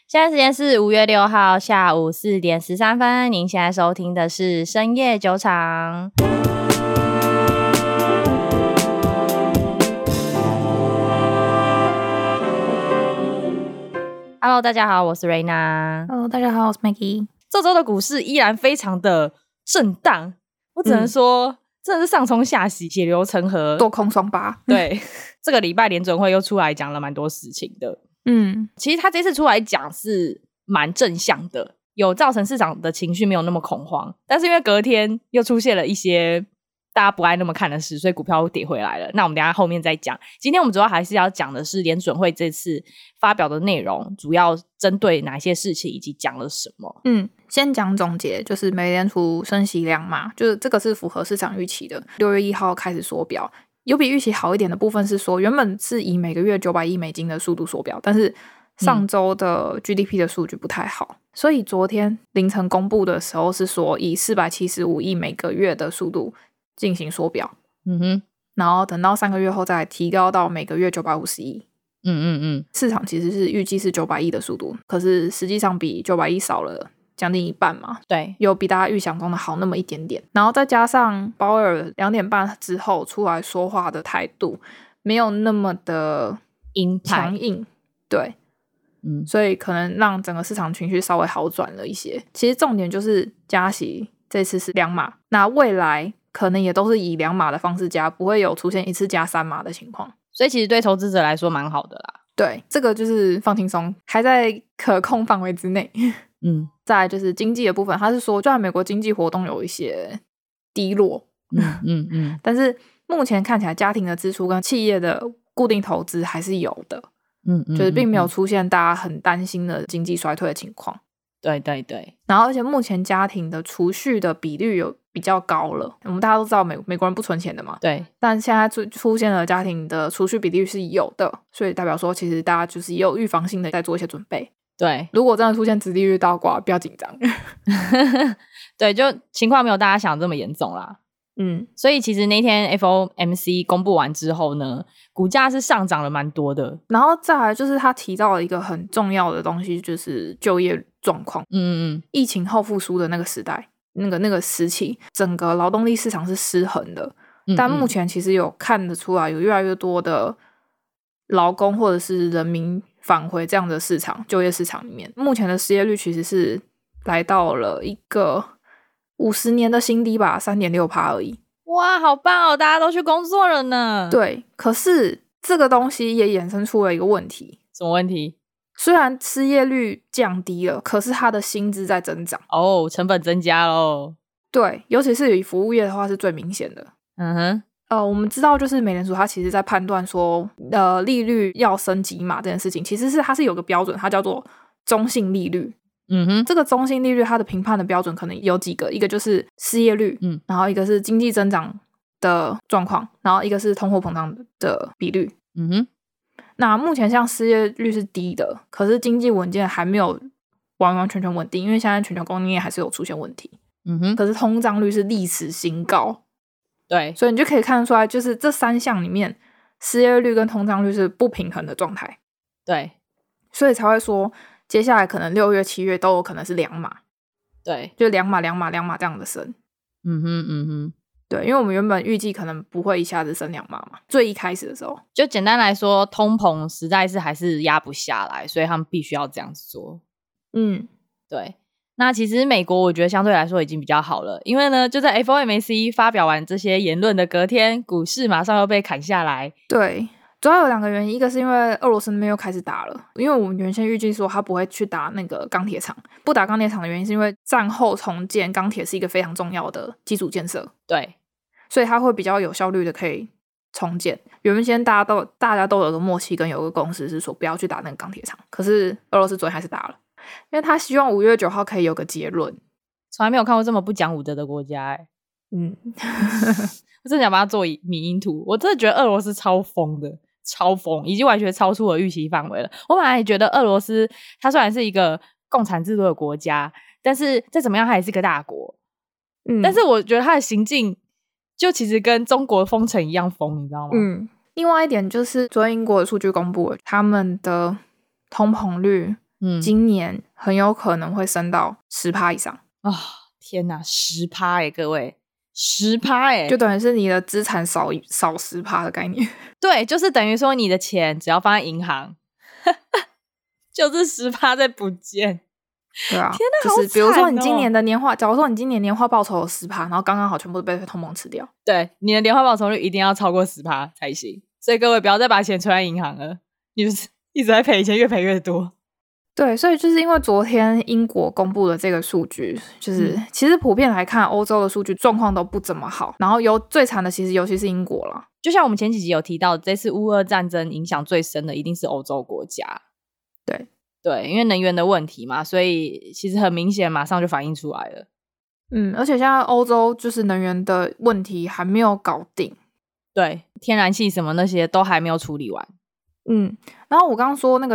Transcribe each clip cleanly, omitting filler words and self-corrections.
现在时间是5月6号下午4点13分，您现在收听的是深夜酒场。Hello， 大家好，我是 Reina。Hello， 大家好，我是 Maggie。 这周的股市依然非常的震荡，我只能说，真的是上冲下洗，血流成河， 多空双八。 对，这个礼拜联准会又出来讲了蛮多事情的。其实他这次出来讲是蛮正向的，有造成市场的情绪没有那么恐慌，但是因为隔天又出现了一些大家不爱那么看的事，所以股票跌回来了。那我们等一下后面再讲。今天我们主要还是要讲的是联准会这次发表的内容，主要针对哪些事情以及讲了什么。 先讲总结，就是美联储升息2码，就是这个是符合市场预期的。6月1号开始缩表，有比预期好一点的部分是说，原本是以每个月900亿美金的速度缩表，但是上周的 GDP 的数据不太好，所以昨天凌晨公布的时候是说以475亿每个月的速度进行缩表，然后等到3个月后再提高到每个月950亿。市场其实是预计是900亿的速度，可是实际上比900亿少了将近一半嘛， 对， 有比大家预想中的好那么一点点。然后再加上鲍威尔2点半之后出来说话的态度没有那么的强硬，对，所以可能让整个市场情绪稍微好转了一些。其实重点就是加息这次是2码，那未来可能也都是以2码的方式加，不会有出现一次加3码的情况， 所以其实对投资者来说蛮好的啦。 对，这个就是放轻松，还在可控范围之内。再来就是经济的部分，他是说就算美国经济活动有一些低落，但是目前看起来家庭的支出跟企业的固定投资还是有的，就是并没有出现大家很担心的经济衰退的情况。 对对对， 然后而且目前家庭的储蓄的比率有比较高了，我们大家都知道美国人不存钱的嘛， 对， 但现在出现了家庭的储蓄比率是有的，所以代表说其实大家就是也有预防性的在做一些准备。 对， 如果真的出现殖利率倒挂，不要紧张。 对，就情况没有大家想的这么严重啦。所以其实那天 FOMC 公布完之后呢，股价是上涨了蛮多的。 然后再来就是他提到了一个很重要的东西，就是就业状况。疫情后复苏的那个时代，那个时期，整个劳动力市场是失衡的。但目前其实有看得出来，有越来越多的劳工或者是人民返回这样的市场，就业市场里面。目前的失业率其实是来到了一个50年的新低吧， 3.6% 而已。 哇，好棒哦，大家都去工作了呢。 对，可是这个东西也衍生出了一个问题。 什么问题？ 虽然失业率降低了，可是它的薪资在增长。 成本增加咯。 对，尤其是以服务业的话是最明显的。我们知道就是美联储它其实在判断说利率要升几码这件事情，其实是它是有个标准，它叫做中性利率。这个中性利率它的评判的标准可能有几个，一个就是失业率，然后一个是经济增长的状况，然后一个是通货膨胀的比率。那目前像失业率是低的，可是经济稳健还没有完完全全稳定，因为现在全球供应链还是有出现问题。可是通胀率是历史新高。 对， 所以你就可以看得出来，就是这3项里面失业率跟通胀率是不平衡的状态。 对， 所以才会说接下来可能6月7月都有可能是2码。 对， 就2码2码2码这样的升。对，因为我们原本预计可能不会一下子升2码嘛，最一开始的时候。 就简单来说，通膨实在是还是压不下来，所以他们必须要这样子做。对。那其实美国我觉得相对来说已经比较好了，因为呢就在 FOMC 发表完这些言论的隔天，股市马上又被砍下来。 对，主要有2个原因，一个是因为俄罗斯那边又开始打了，因为我们原先预计说他不会去打那个钢铁厂，不打钢铁厂的原因是因为战后重建钢铁是一个非常重要的基础建设。 对， 所以它会比较有效率的可以重建。原先大家都有个默契跟有个共识是说不要去打那个钢铁厂，可是俄罗斯昨天还是打了，因为他希望5月9号可以有个结论。 从来没有看过这么不讲武德的国家我真的想把它做迷因图。我真的觉得俄罗斯超疯的，超疯，已经完全超出我预期范围了。我本来也觉得俄罗斯它虽然是一个共产制度的国家，但是再怎么样它也是个大国。但是我觉得它的行径就其实跟中国封城一样疯，你知道吗？ 另外一点就是昨天英国的数据公布了，他们的通膨率今年很有可能会升到 10% 以上天哪 10% 耶，各位10%耶， 就等于是你的资产少 10% 的概念。 对，就是等于说你的钱只要放在银行就是 10% 在不见。 对啊， 天哪， 就是比如说你今年的年化，假如说你今年年化报酬有 10%， 然后刚刚好全部被通膨吃掉， 对，你的年化报酬率一定要超过 10% 才行。所以各位不要再把钱存在银行了，你就是一直在赔钱，越赔越多。 对，所以就是因为昨天英国公布的这个数据，就是其实普遍来看欧洲的数据状况都不怎么好，然后最惨的其实尤其是英国啦。 就像我们前几集有提到，这次乌俄战争影响最深的一定是欧洲国家。对，因为能源的问题嘛，所以其实很明显马上就反映出来了。 而且现在欧洲就是能源的问题还没有搞定， 对，天然气什么那些都还没有处理完。 然后我刚刚说那个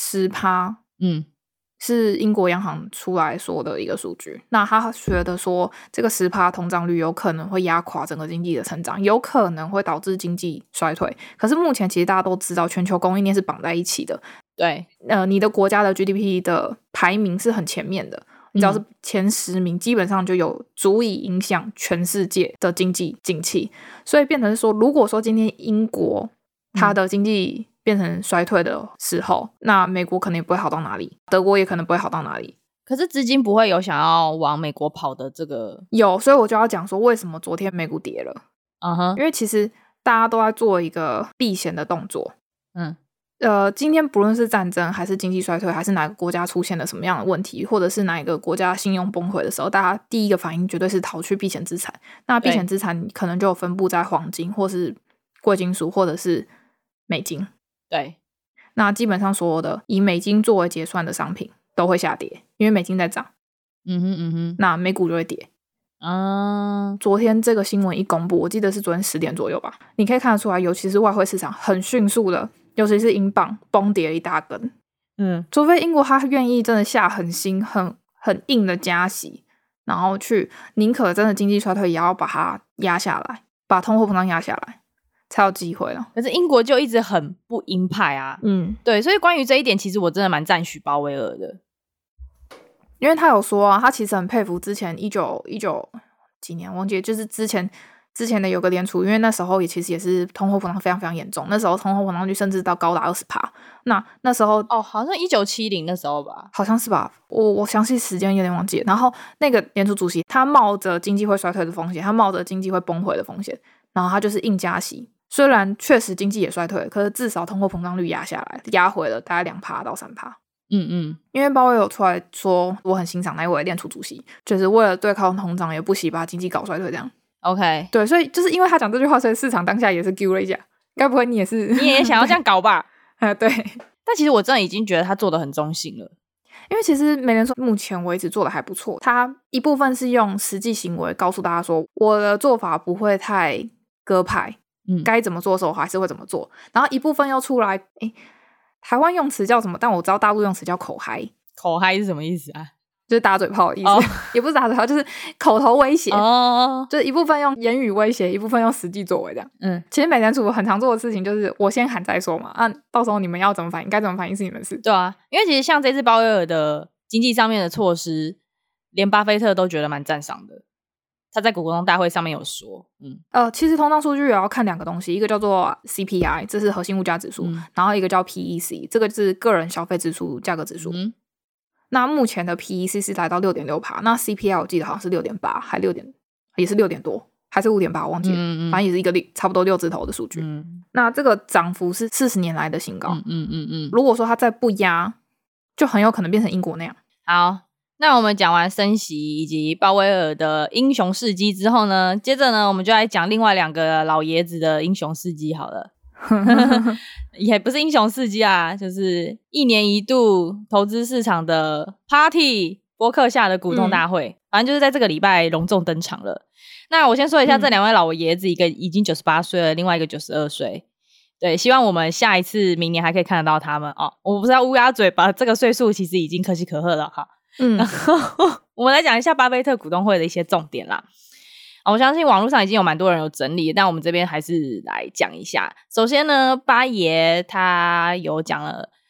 10%，是英国央行出来说的一个数据。那他觉得说这个 10% 通胀率有可能会压垮整个经济的成长，有可能会导致经济衰退。可是目前其实大家都知道，全球供应链是绑在一起的。 对， 你的国家的 GDP 的排名是很前面的，你只要是前10名，基本上就有足以影响全世界的经济景气。所以变成说，如果说今天英国它的经济变成衰退的时候，那美国可能也不会好到哪里，德国也可能不会好到哪里。 可是资金不会有想要往美国跑的这个有，所以我就要讲说为什么昨天美股跌了。因为其实大家都在做一个避险的动作。今天不论是战争还是经济衰退，还是哪个国家出现了什么样的问题，或者是哪一个国家信用崩溃的时候，大家第一个反应绝对是逃去避险资产。那避险资产可能就有分布在黄金，或是贵金属，或者是美金。 对， 那基本上所有的以美金作为结算的商品都会下跌，因为美金在涨。那美股就会跌。昨天这个新闻一公布，我记得是昨天10点左右吧，你可以看得出来，尤其是外汇市场很迅速的，尤其是英镑崩跌了一大根。除非英国他愿意真的下狠心很硬的加息，然后去宁可真的经济衰退也要把它压下来，把通货膨胀压下来，才有机会了。 可是英国就一直很不鹰派啊。对，所以关于这一点，其实我真的蛮赞许鲍威尔的， 因为他有说啊，他其实很佩服之前19几年忘记了，就是之前的有个联储，因为那时候其实也是通货膨胀非常非常严重，那时候通货膨胀率甚至到高达 20%。那时候好像1970那时候吧， 好像是吧，我详细时间有点忘记了。然后那个联储主席他冒着经济会衰退的风险，他冒着经济会崩溃的风险，然后他就是硬加息。虽然确实经济也衰退了，可是至少通货膨胀率压下来，压回了大概 2% 到 3%。因为鲍威尔有出来说，我很欣赏那位联储主席，就是为了对抗通胀，也不惜把经济搞衰退这样。 OK， 对，所以就是因为他讲这句话，所以市场当下也是揪了一下。该不会你也想要这样搞吧？ 对。 但其实我真的已经觉得他做得很中性了， 因为其实美联储目前为止做的还不错，他一部分是用实际行为告诉大家说，我的做法不会太鸽派，该怎么做的时候我还是会怎么做。然后一部分又出来，台湾用词叫什么？但我知道大陆用词叫口嗨。 口嗨是什么意思啊？ 就是打嘴炮的意思。也不是打嘴炮，就是口头威胁。就是一部分用言语威胁，一部分用实际作为这样。其实美联储很常做的事情就是我先喊再说嘛，到时候你们要怎么反应，该怎么反应是你们的事。 对啊，因为其实像这次鲍威尔的经济上面的措施，连巴菲特都觉得蛮赞赏的。他在股东大会上面有说， 其实通胀数据也要看2个东西，一个叫做 CPI， 这是核心物价指数，然后一个叫 PEC， 这个是个人消费支出价格指数。那目前的 PEC 是来到 6.6%， 那 CPI 我记得好像是 6.8 还也是6点多还是 5.8 我忘记了，反正也是一个差不多6字头的数据。那这个涨幅是40年来的新高。如果说它再不压，就很有可能变成英国那样。 好，那我们讲完升息以及鲍威尔的英雄事迹之后呢，接着呢我们就来讲另外2个老爷子的英雄事迹好了。也不是英雄事迹啊，就是1年1度投资市场的 Party 波克夏的股东大会，反正就是在这个礼拜隆重登场了。那我先说一下这2位老爷子，一个已经98岁了，另外一个92岁。对，希望我们下一次明年还可以看得到他们哦。我不是要乌鸦嘴吧，这个岁数其实已经可喜可贺了哈。然后我们来讲一下巴菲特股东会的一些重点啦。我相信网络上已经有蛮多人有整理，但我们这边还是来讲一下。首先呢，巴爷他有讲了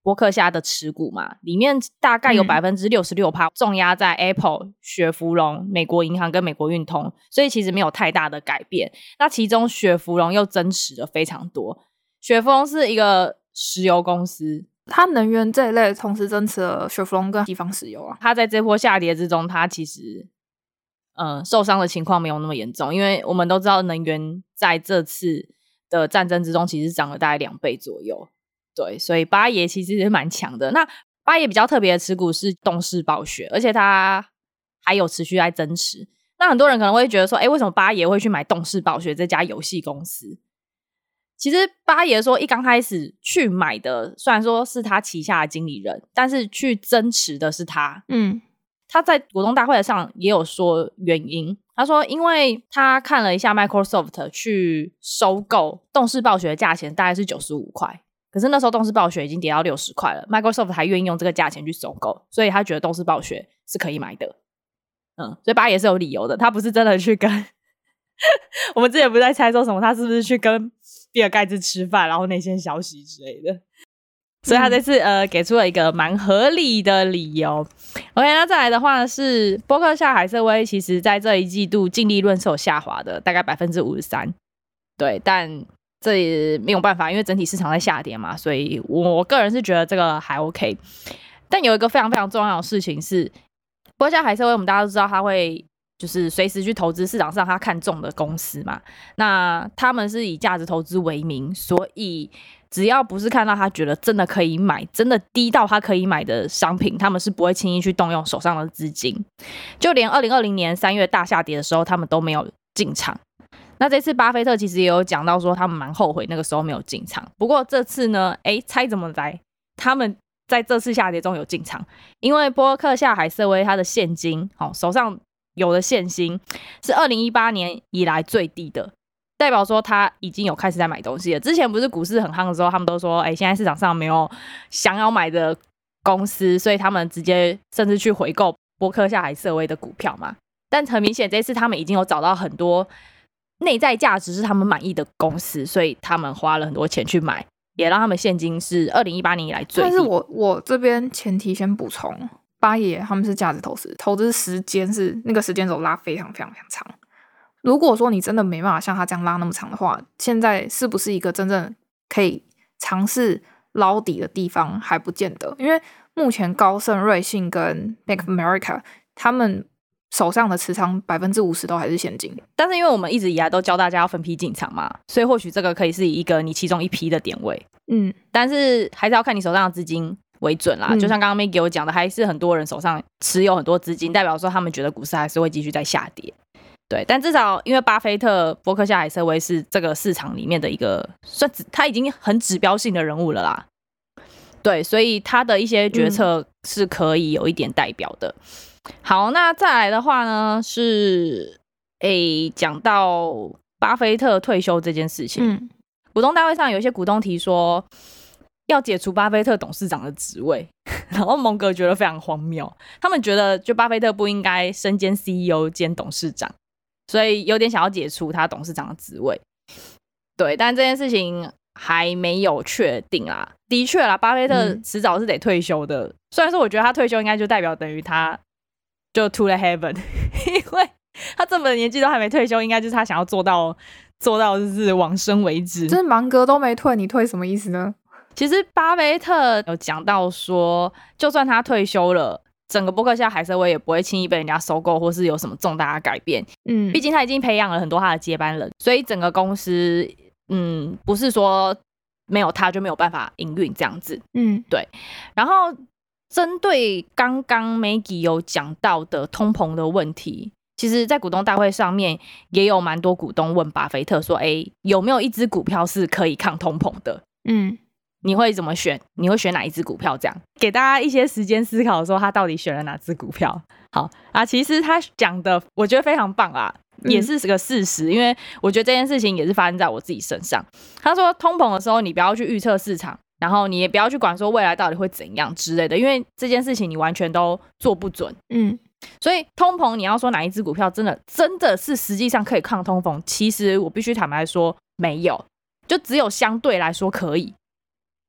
波克夏的持股嘛，里面大概有 66% 重压在 Apple、雪佛龙、美国银行跟美国运通，所以其实没有太大的改变。那其中雪佛龙又增持了非常多。雪佛龙是一个石油公司， 它能源这一类同时增持了雪佛龙跟西方石油啊。 它在这波下跌之中，它其实受伤的情况没有那么严重，因为我们都知道能源在这次的战争之中其实涨了大概2倍左右。对，所以巴爷其实是蛮强的。那巴爷比较特别的持股是动视暴雪，而且它还有持续在增持。那很多人可能会觉得说，为什么巴爷会去买动视暴雪这家游戏公司？其实巴爷说一刚开始去买的虽然说是他旗下的经理人，但是去增持的是他。他在股东大会上也有说原因，他说因为他看了一下 Microsoft 去收购动视暴雪的价钱大概是95块，可是那时候动视暴雪已经跌到60块了， Microsoft 还愿意用这个价钱去收购，所以他觉得动视暴雪是可以买的。所以巴爷是有理由的，他不是真的去跟我们之前不是在猜说什么他是不是去跟比尔盖茨吃饭然后内线消息之类的，所以他这次给出了一个蛮合理的理由。 OK， 那再来的话是波克夏海瑟薇，其实在这一季度净利润是有下滑的，大概 53%。 对，但这也没有办法，因为整体市场在下跌嘛，所以我个人是觉得这个还 OK。 但有一个非常非常重要的事情是，波克夏海瑟薇我们大家都知道他会就是随时去投资市场上他看中的公司嘛，那他们是以价值投资为名，所以只要不是看到他觉得真的可以买，真的低到他可以买的商品，他们是不会轻易去动用手上的资金。就连2020年3月大下跌的时候他们都没有进场。那这次巴菲特其实也有讲到说他们蛮后悔那个时候没有进场，不过这次呢猜怎么来，他们在这次下跌中有进场，因为波克夏海瑟薇他的现金手上有的现金是2018年以来最低的，代表说他已经有开始在买东西了。之前不是股市很夯的时候他们都说现在市场上没有想要买的公司，所以他们直接甚至去回购波克夏海瑟薇的股票嘛。但很明显这次他们已经有找到很多内在价值是他们满意的公司，所以他们花了很多钱去买，也让他们现金是2018年以来最低。 但是我这边前提先补充，巴爷他们是价值投资，投资时间是那个时间轴拉非常非常非常长。如果说你真的没办法像他这样拉那么长的话，现在是不是一个真正可以尝试捞底的地方还不见得。因为目前高盛、瑞信跟 Bank of America 他们手上的持仓 50% 都还是现金， 但是因为我们一直以来都教大家要分批进场嘛，所以或许这个可以是一个你其中一批的点位。但是还是要看你手上的资金为准啦。就像刚刚 May 给我讲的，还是很多人手上持有很多资金，代表说他们觉得股市还是会继续在下跌。对，但至少因为巴菲特、波克夏海瑟薇是这个市场里面的一个算他已经很指标性的人物了啦。对，所以他的一些决策是可以有一点代表的。好，那再来的话呢是讲到巴菲特退休这件事情。股东大会上有一些股东提说要解除巴菲特董事长的职位，然后蒙格觉得非常荒谬，他们觉得就巴菲特不应该身兼 CEO 兼董事长，所以有点想要解除他董事长的职位。对，但这件事情还没有确定啦。的确啦，巴菲特迟早是得退休的，虽然说我觉得他退休应该就代表等于他就 to the heaven 因为他这么的年纪都还没退休，应该就是他想要做到就是往生为止。 就是芒格都没退，你退什么意思呢？ 其实巴菲特有讲到说，就算他退休了，整个波克夏海瑟薇也不会轻易被人家收购或是有什么重大的改变。毕竟他已经培养了很多他的接班人，所以整个公司不是说没有他就没有办法营运这样子。对。然后针对刚刚 Maggie 有讲到的通膨的问题，其实在股东大会上面也有蛮多股东问巴菲特说有没有一支股票是可以抗通膨的。你会怎么选？你会选哪一支股票？这样给大家一些时间思考说他到底选了哪支股票。好啊，其实他讲的我觉得非常棒啊，也是个事实。因为我觉得这件事情也是发生在我自己身上。他说通膨的时候你不要去预测市场，然后你也不要去管说未来到底会怎样之类的，因为这件事情你完全都做不准。所以通膨你要说哪一支股票真的是实际上可以抗通膨，其实我必须坦白说没有，就只有相对来说可以。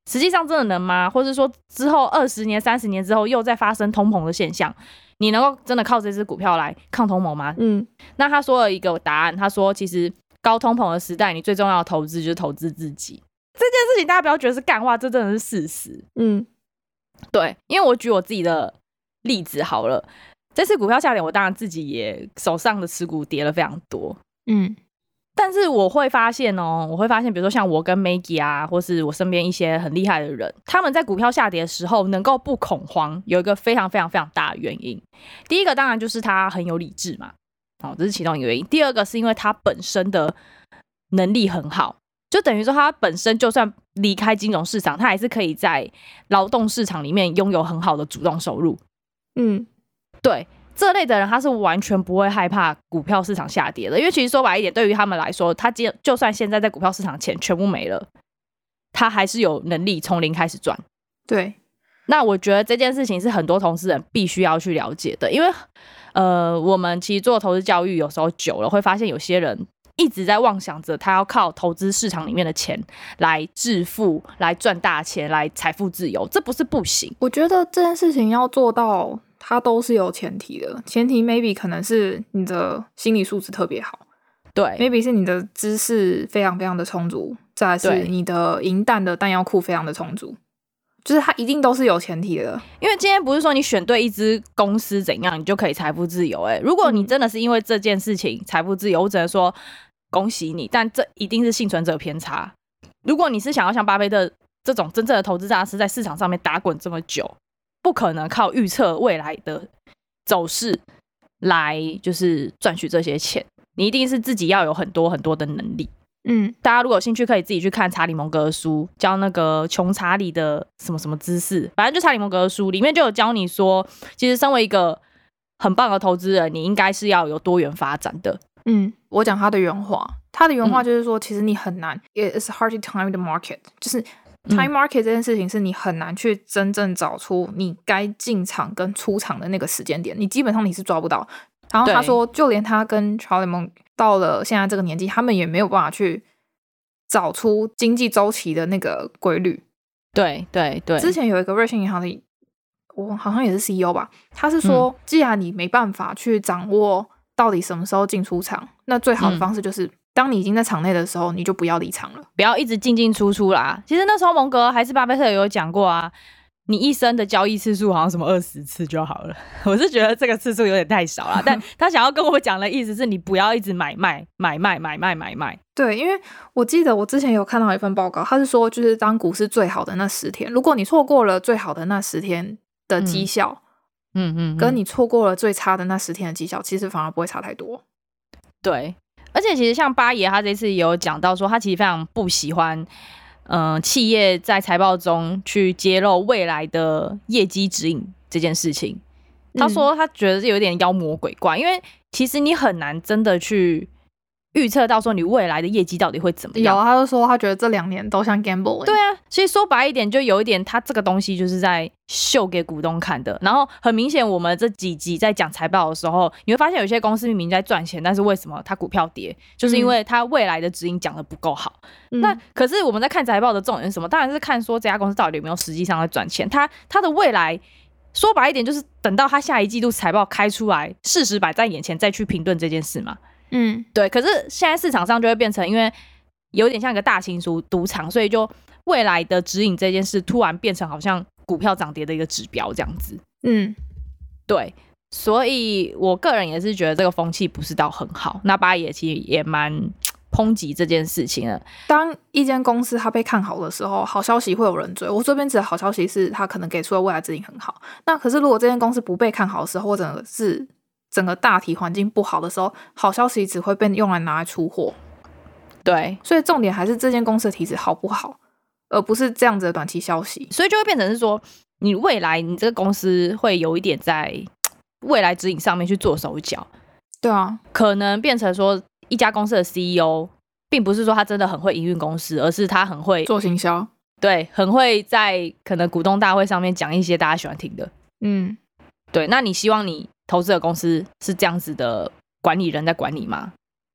实际上真的能吗？或者说之后20年、30年之后又再发生通膨的现象，你能够真的靠这支股票来抗通膨吗？那他说了一个答案，他说其实高通膨的时代，你最重要的投资就是投资自己。这件事情大家不要觉得是干话，这真的是事实。对，因为我举我自己的例子好了，这次股票下跌，我当然自己也手上的持股跌了非常多。但是我会发现比如说像我跟 Maggie 啊，或是我身边一些很厉害的人，他们在股票下跌的时候能够不恐慌，有一个非常非常非常大的原因。第一个当然就是他很有理智嘛，这是其中一个原因。第二个是因为他本身的能力很好，就等于说他本身就算离开金融市场，他还是可以在劳动市场里面拥有很好的主动收入。对。这类的人他是完全不会害怕股票市场下跌的，因为其实说白一点，对于他们来说，他就算现在在股票市场钱全部没了，他还是有能力从零开始赚。 对， 那我觉得这件事情是很多投资人必须要去了解的，因为我们其实做投资教育有时候久了，会发现有些人一直在妄想着他要靠投资市场里面的钱来致富、来赚大钱、来财富自由，这不是不行。 我觉得这件事情要做到，它都是有前提的，前提 maybe 可能是你的心理素质特别好， 对 ，maybe 是你的知识非常非常的充足，再来是你的银弹的弹药库非常的充足，就是它一定都是有前提的。 因为今天不是说你选对一支公司怎样你就可以财富自由，如果你真的是因为这件事情财富自由，我只能说恭喜你，但这一定是幸存者偏差。如果你是想要像巴菲特这种真正的投资大师在市场上面打滚这么久，不可能靠预测未来的走势来就是赚取这些钱，你一定是自己要有很多很多的能力。大家如果有兴趣可以自己去看查理蒙格的书，教那个穷查理的什么什么知识，反正就查理蒙格的书里面就有教你说，其实身为一个很棒的投资人，你应该是要有多元发展的。 我讲他的原话，就是说，其实你很难，it's hard to time the market， 就是 time market 这件事情是你很难去真正找出你该进场跟出场的那个时间点，你基本上你是抓不到。然后他说，就连他跟 Charlie Munger 到了现在这个年纪，他们也没有办法去找出经济周期的那个规律。 对。 之前有一个瑞信银行的，我好像也是 CEO 吧，他是说，既然你没办法去掌握到底什么时候进出场，那最好的方式就是当你已经在场内的时候，你就不要离场了， 不要一直进进出出啦。其实那时候蒙格还是巴菲特有讲过啊，你一生的交易次数好像什么20次就好了。我是觉得这个次数有点太少啦，但他想要跟我讲的意思是你不要一直买卖。 对，因为我记得我之前有看到一份报告，他是说就是当股市最好的那10天，如果你错过了最好的那10天的绩效，跟你错过了最差的那10天的绩效，其实反而不会差太多。 对，而且其实像巴爷他这次也有讲到说，他其实非常不喜欢企业在财报中去揭露未来的业绩指引这件事情。他说他觉得是有点妖魔鬼怪，因为其实你很难真的去预测到说你未来的业绩到底会怎么样。 他就说他觉得这2年都像 gamble。 对啊，所以说白一点就有一点他这个东西就是在秀给股东看的。然后很明显我们这几集在讲财报的时候，你会发现有些公司明明在赚钱，但是为什么它股票跌，就是因为它未来的指引讲的不够好。那可是我们在看财报的重点是什么？当然是看说这家公司到底有没有实际上在赚钱，它的未来说白一点就是等到它下一季度财报开出来，事实摆在眼前再去评论这件事嘛。对。可是现在市场上就会变成，因为有点像一个大型赌场，所以就未来的指引这件事突然变成好像股票涨跌的一个指标这样子。对。所以我个人也是觉得这个风气不是到很好。那巴爷其实也蛮抨击这件事情了。 当一间公司它被看好的时候，好消息会有人追。我这边指的好消息是它可能给出的未来指引很好。那可是如果这间公司不被看好的时候，或者是整个大体环境不好的时候，好消息只会被用来拿来出货。 对， 所以重点还是这间公司的体质好不好，而不是这样子的短期消息。 所以就会变成是说，你未来你这个公司会有一点在未来指引上面去做手脚。 对啊， 可能变成说一家公司的 CEO 并不是说他真的很会营运公司，而是他很会做行销。 对，很会在可能股东大会上面讲一些大家喜欢听的。对。那你希望你投资的公司是这样子的管理人在管理吗？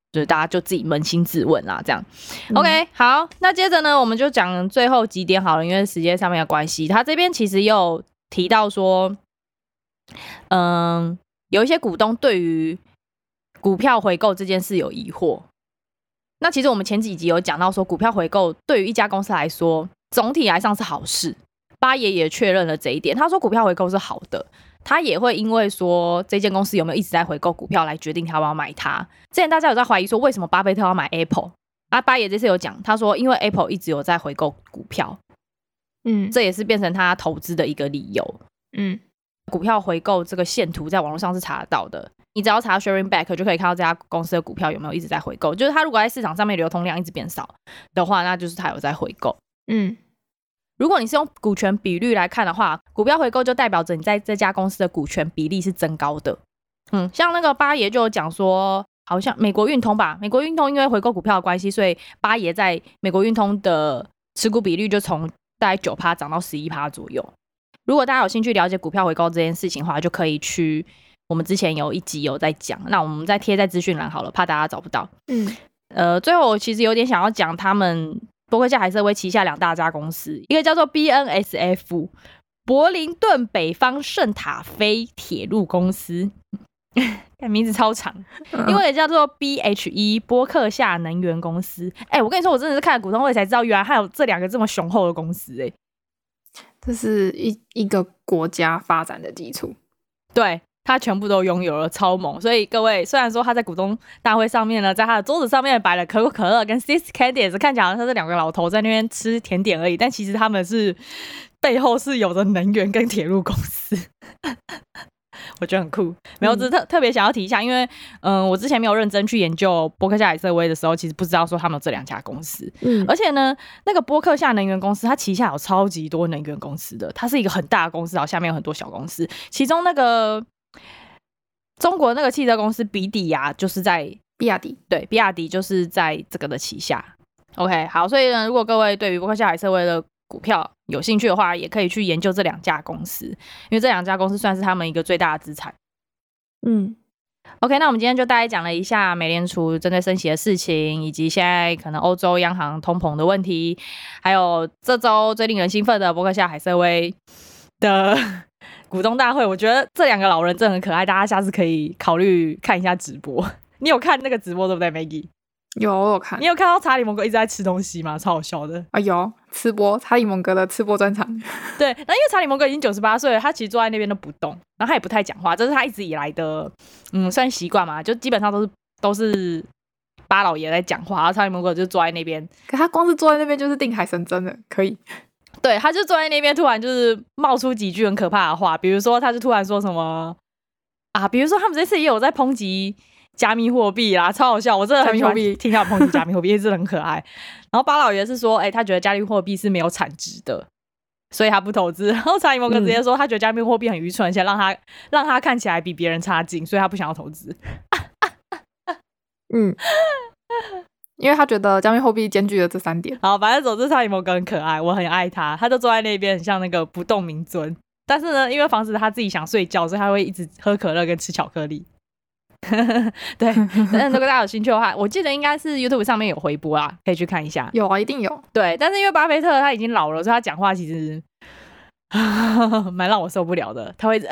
就是大家就自己扪心自问啦，这样。OK， 好，那接着呢，我们就讲最后几点好了，因为时间上面的关系，他这边其实又提到说，有一些股东对于股票回购这件事有疑惑。那其实我们前几集有讲到说，股票回购对于一家公司来说，总体来上是好事。八爷也确认了这一点，他说股票回购是好的，他也会因为说这间公司有没有一直在回购股票来决定他要不要买它。之前大家有在怀疑说为什么巴菲特要买 Apple 啊？八爷这次有讲，他说因为 Apple 一直有在回购股票，这也是变成他投资的一个理由。股票回购这个线图在网络上是查得到的，你只要查 Sharing Back 就可以看到这家公司的股票有没有一直在回购，就是他如果在市场上面流通量一直变少的话，那就是他有在回购。如果你是用股权比率来看的话，股票回购就代表着你在这家公司的股权比例是增高的。像那个八爷就有讲说，好像美国运通吧，美国运通因为回购股票的关系，所以八爷在美国运通的持股比率就从大概 9% 涨到 11% 左右。如果大家有兴趣了解股票回购这件事情的话，就可以去我们之前有一集有在讲，那我们再贴在资讯栏好了，怕大家找不到。最后我其实有点想要讲他们伯克夏海瑟威旗下2大家公司，一个叫做 BNSF 柏林顿北方圣塔菲铁路公司名字超长，另外一个叫做 BHE 波克夏能源公司。我跟你说，我真的是看了股东会才知道，原来还有这2个这么雄厚的公司。 这是一个国家发展的基础。 对，他全部都拥有了，超猛。所以各位，虽然说他在股东大会上面呢，在他的桌子上面摆了可口可乐跟 Six Candies， 看起来好像是2个老头在那边吃甜点而已，但其实他们是背后是有着能源跟铁路公司我觉得很酷。没有，只是特别想要提一下，因为我之前没有认真去研究波克夏海瑟威的时候，其实不知道说他们有这2家公司。而且呢，那个波克夏能源公司它旗下有超级多能源公司的，它是一个很大的公司，然后下面有很多小公司，其中那个中国那个汽车公司比亚迪就是在比亚迪， 对，比亚迪就是在这个的旗下。OK， 好，所以呢，如果各位对于波克夏海瑟威的股票有兴趣的话，也可以去研究这2家公司，因为这2家公司算是他们一个最大的资产。OK， 那我们今天就大概讲了一下美联储针对升息的事情，以及现在可能欧洲央行通膨的问题，还有这周最令人兴奋的波克夏海瑟威的股东大会。我觉得这2个老人真的很可爱，大家下次可以考虑看一下直播。你有看那个直播对不对 Maggie？ 有，我有看。 你有看到查理蒙格一直在吃东西吗？超好笑的。 有吃播，查理蒙格的吃播专场。 对，那因为查理蒙格已经98岁了，他其实坐在那边都不动，然后他也不太讲话，这是他一直以来的算习惯嘛，就基本上都是巴老爷在讲话，然后查理蒙格就坐在那边。 可他光是坐在那边就是定海神针了，可以。 对，他就坐在那边，突然就是冒出几句很可怕的话，比如说他就突然说什么比如说他们这次也有在抨击加密货币啦，超好笑，我真的很喜欢听他抨击加密货币，因为真的很可爱。然后巴老爷是说，他觉得加密货币是没有产值的，所以他不投资。然后查理蒙格直接说，他觉得加密货币很愚蠢，而且让他看起来比别人差劲，所以他不想要投资。 因为他觉得加密货币兼具了这3点。 好，反正总之查理蒙格很可爱，我很爱他，他就坐在那边很像那个不动明尊。但是呢，因为防止他自己想睡觉，所以他会一直喝可乐跟吃巧克力。对，但如果大家有兴趣的话，我记得应该是 YouTube 上面有回播啦，可以去看一下。 有啊，一定有。对， 但是因为巴菲特他已经老了，所以他讲话其实蛮让我受不了的。他会一直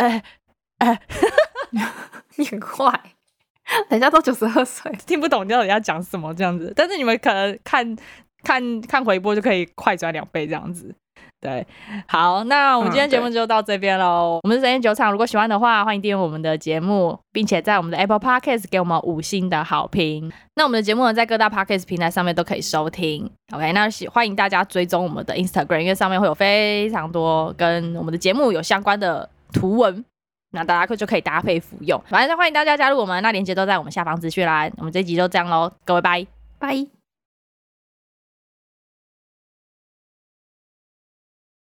你很坏，人家都92岁， 听不懂人家讲什么这样子。但是你们可能看回播就可以快转2倍这样子。对，好，那我们今天节目就到这边咯。我们是神仙酒厂，如果喜欢的话，欢迎订阅我们的节目，并且在我们的 Apple Podcast 给我们5星的好评。那我们的节目呢，在各大 Podcast 平台上面都可以收听。OK， 那欢迎大家追踪我们的 Instagram， 因为上面会有非常多跟我们的节目有相关的图文，那大家就可以搭配服用。反正欢迎大家加入我们，那连结都在我们下方资讯栏。我们这一集就这样咯，各位拜拜。